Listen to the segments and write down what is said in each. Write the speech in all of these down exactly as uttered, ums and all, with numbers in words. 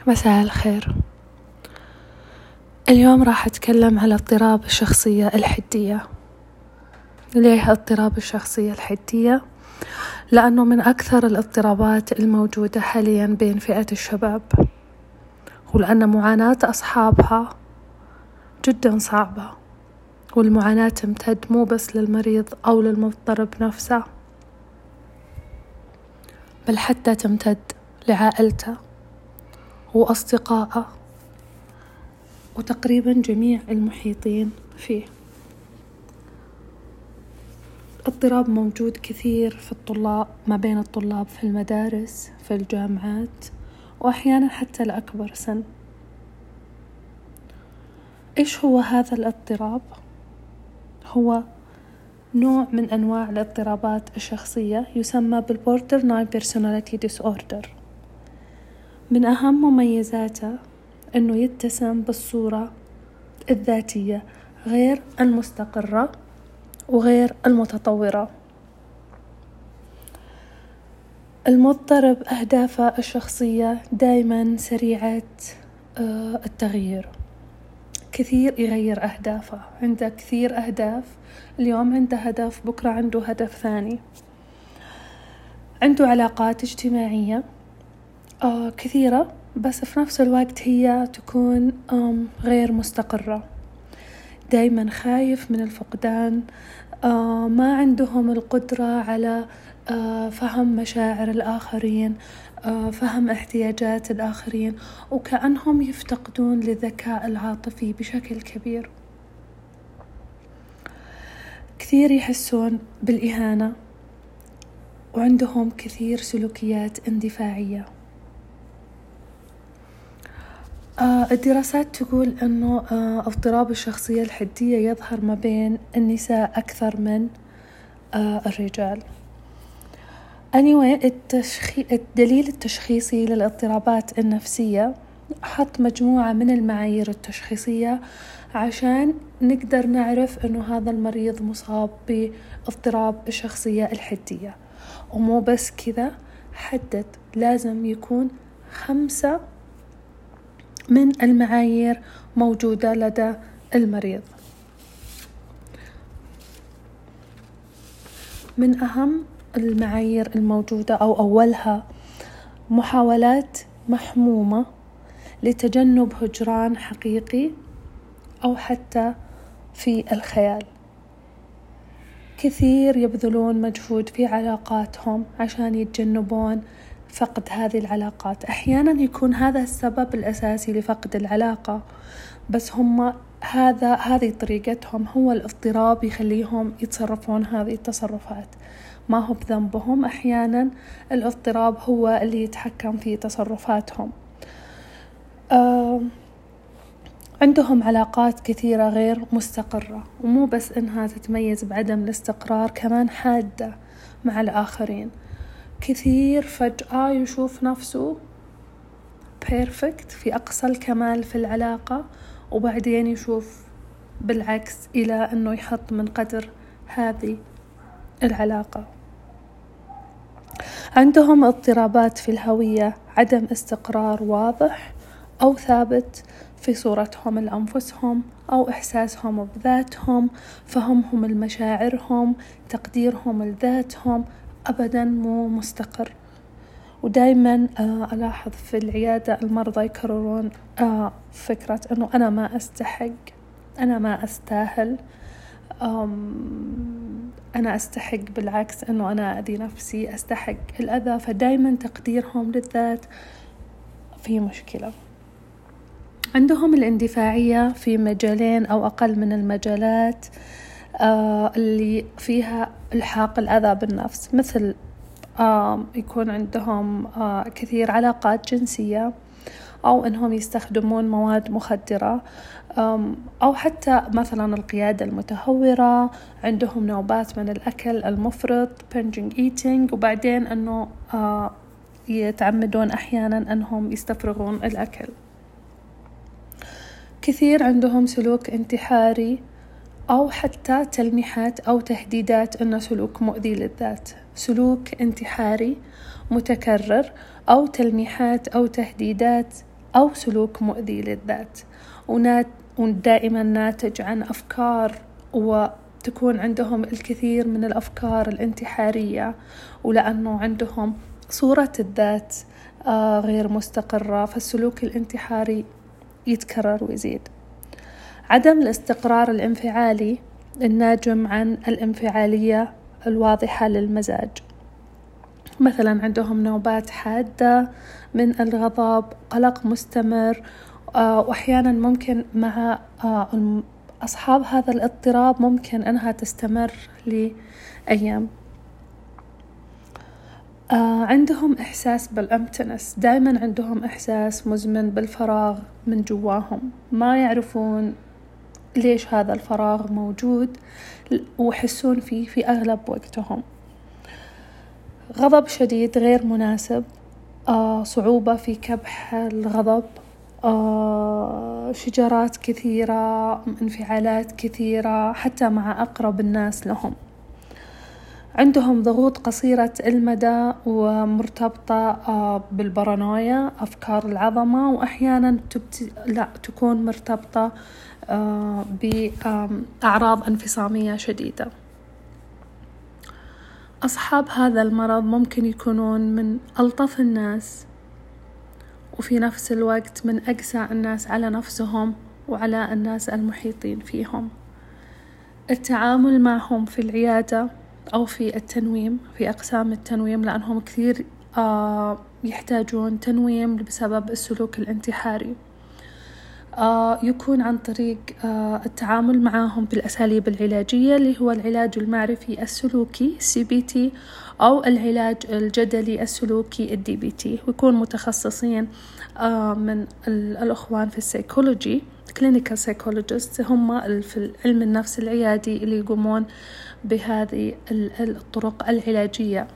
مساء الخير. اليوم راح أتكلم على اضطراب الشخصية الحدية. ليه اضطراب الشخصية الحدية؟ لأنه من أكثر الاضطرابات الموجودة حاليا بين فئة الشباب، ولأن معاناة أصحابها جدا صعبة، والمعاناة تمتد مو بس للمريض أو للمضطرب نفسه، بل حتى تمتد لعائلته وأصدقائه وتقريبا جميع المحيطين فيه. اضطراب موجود كثير في الطلاب، ما بين الطلاب في المدارس، في الجامعات، وأحيانا حتى الأكبر سن. إيش هو هذا الاضطراب؟ هو نوع من أنواع الاضطرابات الشخصية يسمى بالبوردرلاين بيرسوناليتي ديس أوردر. من أهم مميزاته أنه يتسم بالصورة الذاتية غير المستقرة وغير المتطورة. المضطرب أهدافه الشخصية دايما سريعة التغيير، كثير يغير أهدافه، عنده كثير أهداف، اليوم عنده هدف، بكرة عنده هدف ثاني. عنده علاقات اجتماعية كثيرة، بس في نفس الوقت هي تكون غير مستقرة، دايما خايف من الفقدان، ما عندهم القدرة على فهم مشاعر الآخرين، فهم احتياجات الآخرين، وكأنهم يفتقدون للذكاء العاطفي بشكل كبير. كثير يحسون بالإهانة، وعندهم كثير سلوكيات اندفاعية. آه الدراسات تقول أنه آه اضطراب الشخصية الحدية يظهر ما بين النساء أكثر من آه الرجال. anyway التشخي... الدليل التشخيصي للاضطرابات النفسية حط مجموعة من المعايير التشخيصية عشان نقدر نعرف أنه هذا المريض مصاب باضطراب الشخصية الحدية. ومو بس كذا، حدد لازم يكون خمسة من المعايير موجودة لدى المريض. من أهم المعايير الموجودة أو أولها محاولات محمومة لتجنب هجران حقيقي أو حتى في الخيال. كثير يبذلون مجهود في علاقاتهم عشان يتجنبون فقد هذه العلاقات. أحيانا يكون هذا السبب الأساسي لفقد العلاقة، بس هم هذا هذه طريقتهم، هو الاضطراب يخليهم يتصرفون هذه التصرفات، ما هو بذنبهم. أحيانا الاضطراب هو اللي يتحكم في تصرفاتهم. آه عندهم علاقات كثيرة غير مستقرة، ومو بس إنها تتميز بعدم الاستقرار، كمان حادة مع الآخرين. كثير فجأة يشوف نفسه بيرفكت في أقصى الكمال في العلاقة، وبعدين يشوف بالعكس إلى أنه يحط من قدر هذه العلاقة. عندهم اضطرابات في الهوية، عدم استقرار واضح أو ثابت في صورتهم لأنفسهم أو إحساسهم بذاتهم، فهمهم لمشاعرهم، تقديرهم لذاتهم أبدا مو مستقر. ودايما ألاحظ في العيادة المرضى يكررون فكرة أنه أنا ما أستحق، أنا ما أستاهل، أنا أستحق بالعكس أنه أنا أذي نفسي، أستحق الأذى. فدايما تقديرهم للذات في مشكلة. عندهم الاندفاعية في مجالين أو أقل من المجالات آه اللي فيها إلحاق الأذى بالنفس، مثل آه يكون عندهم آه كثير علاقات جنسية، أو أنهم يستخدمون مواد مخدرة، أو حتى مثلا القيادة المتهورة، عندهم نوبات من الأكل المفرط binging eating، وبعدين أنه آه يتعمدون أحيانا أنهم يستفرغون الأكل. كثير عندهم سلوك انتحاري، أو حتى تلميحات أو تهديدات أنه سلوك مؤذي للذات. سلوك انتحاري متكرر، أو تلميحات أو تهديدات أو سلوك مؤذي للذات، ودائما ناتج عن أفكار، وتكون عندهم الكثير من الأفكار الانتحارية، ولأنه عندهم صورة الذات غير مستقرة فالسلوك الانتحاري يتكرر ويزيد. عدم الاستقرار الانفعالي الناجم عن الانفعالية الواضحة للمزاج، مثلا عندهم نوبات حادة من الغضب، قلق مستمر، وأحيانا ممكن مع أصحاب هذا الاضطراب ممكن أنها تستمر لأيام. عندهم إحساس بالامتنس، دائما عندهم إحساس مزمن بالفراغ من جواهم، ما يعرفون ليش هذا الفراغ موجود ويحسون فيه في أغلب وقتهم. غضب شديد غير مناسب، آه، صعوبة في كبح الغضب، آه، شجرات كثيرة، انفعالات كثيرة حتى مع أقرب الناس لهم. عندهم ضغوط قصيرة المدى ومرتبطة آه بالبارانويا، أفكار العظمة، وأحيانا تبت... لا تكون مرتبطة آه بأعراض انفصامية شديدة. أصحاب هذا المرض ممكن يكونون من ألطف الناس وفي نفس الوقت من أقسى الناس على نفسهم وعلى الناس المحيطين فيهم. التعامل معهم في العيادة أو في التنويم، في أقسام التنويم، لأنهم كثير آه يحتاجون تنويم بسبب السلوك الانتحاري، آه يكون عن طريق آه التعامل معهم بالأساليب العلاجية اللي هو العلاج المعرفي السلوكي سي بي تي أو العلاج الجدلي السلوكي الدي بي تي، ويكون متخصصين آه من الأخوان في السيكولوجي clinical psychologists، هم في علم النفس العيادي اللي يقومون بهذه الطرق العلاجية.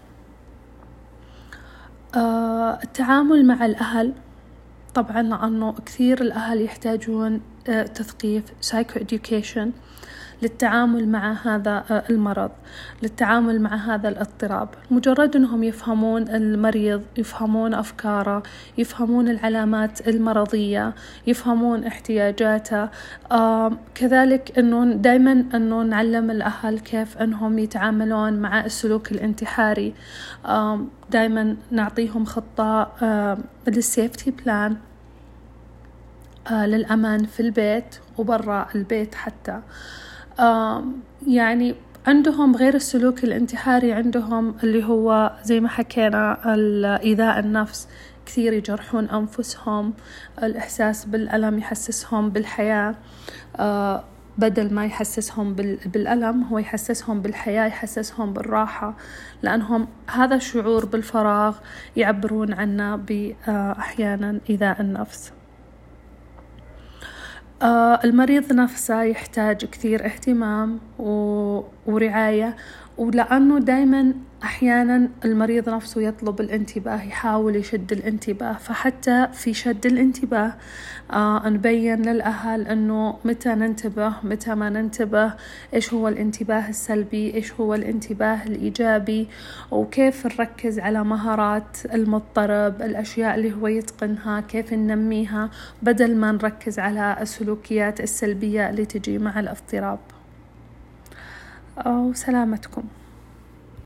آه التعامل مع الأهل، طبعا لأنه كثير الأهل يحتاجون آه تثقيف psycho education للتعامل مع هذا آه المرض، للتعامل مع هذا الاضطراب. مجرد أنهم يفهمون المريض، يفهمون أفكاره، يفهمون العلامات المرضية، يفهمون احتياجاته. آه كذلك أنه دايما أنه نعلم الأهل كيف أنهم يتعاملون مع السلوك الانتحاري. آه دايما نعطيهم خطة آه للسيفتي بلان، آه للأمان في البيت وبرا البيت حتى. آه يعني عندهم غير السلوك الانتحاري عندهم اللي هو زي ما حكينا الإيذاء النفس، كثير يجرحون أنفسهم، الإحساس بالألم يحسسهم بالحياة، آه بدل ما يحسسهم بالألم هو يحسسهم بالحياة، يحسسهم بالراحة، لأنهم هذا الشعور بالفراغ يعبرون عنه بأحيانا إيذاء النفس. آه المريض نفسه يحتاج كثير اهتمام ورعاية، ولأنه دايما أحيانا المريض نفسه يطلب الانتباه، يحاول يشد الانتباه، فحتى في شد الانتباه آه نبين للأهل أنه متى ننتبه متى ما ننتبه، إيش هو الانتباه السلبي، إيش هو الانتباه الإيجابي، وكيف نركز على مهارات المضطرب، الأشياء اللي هو يتقنها كيف ننميها بدل ما نركز على السلوكيات السلبية اللي تجي مع الاضطراب. وسلامتكم.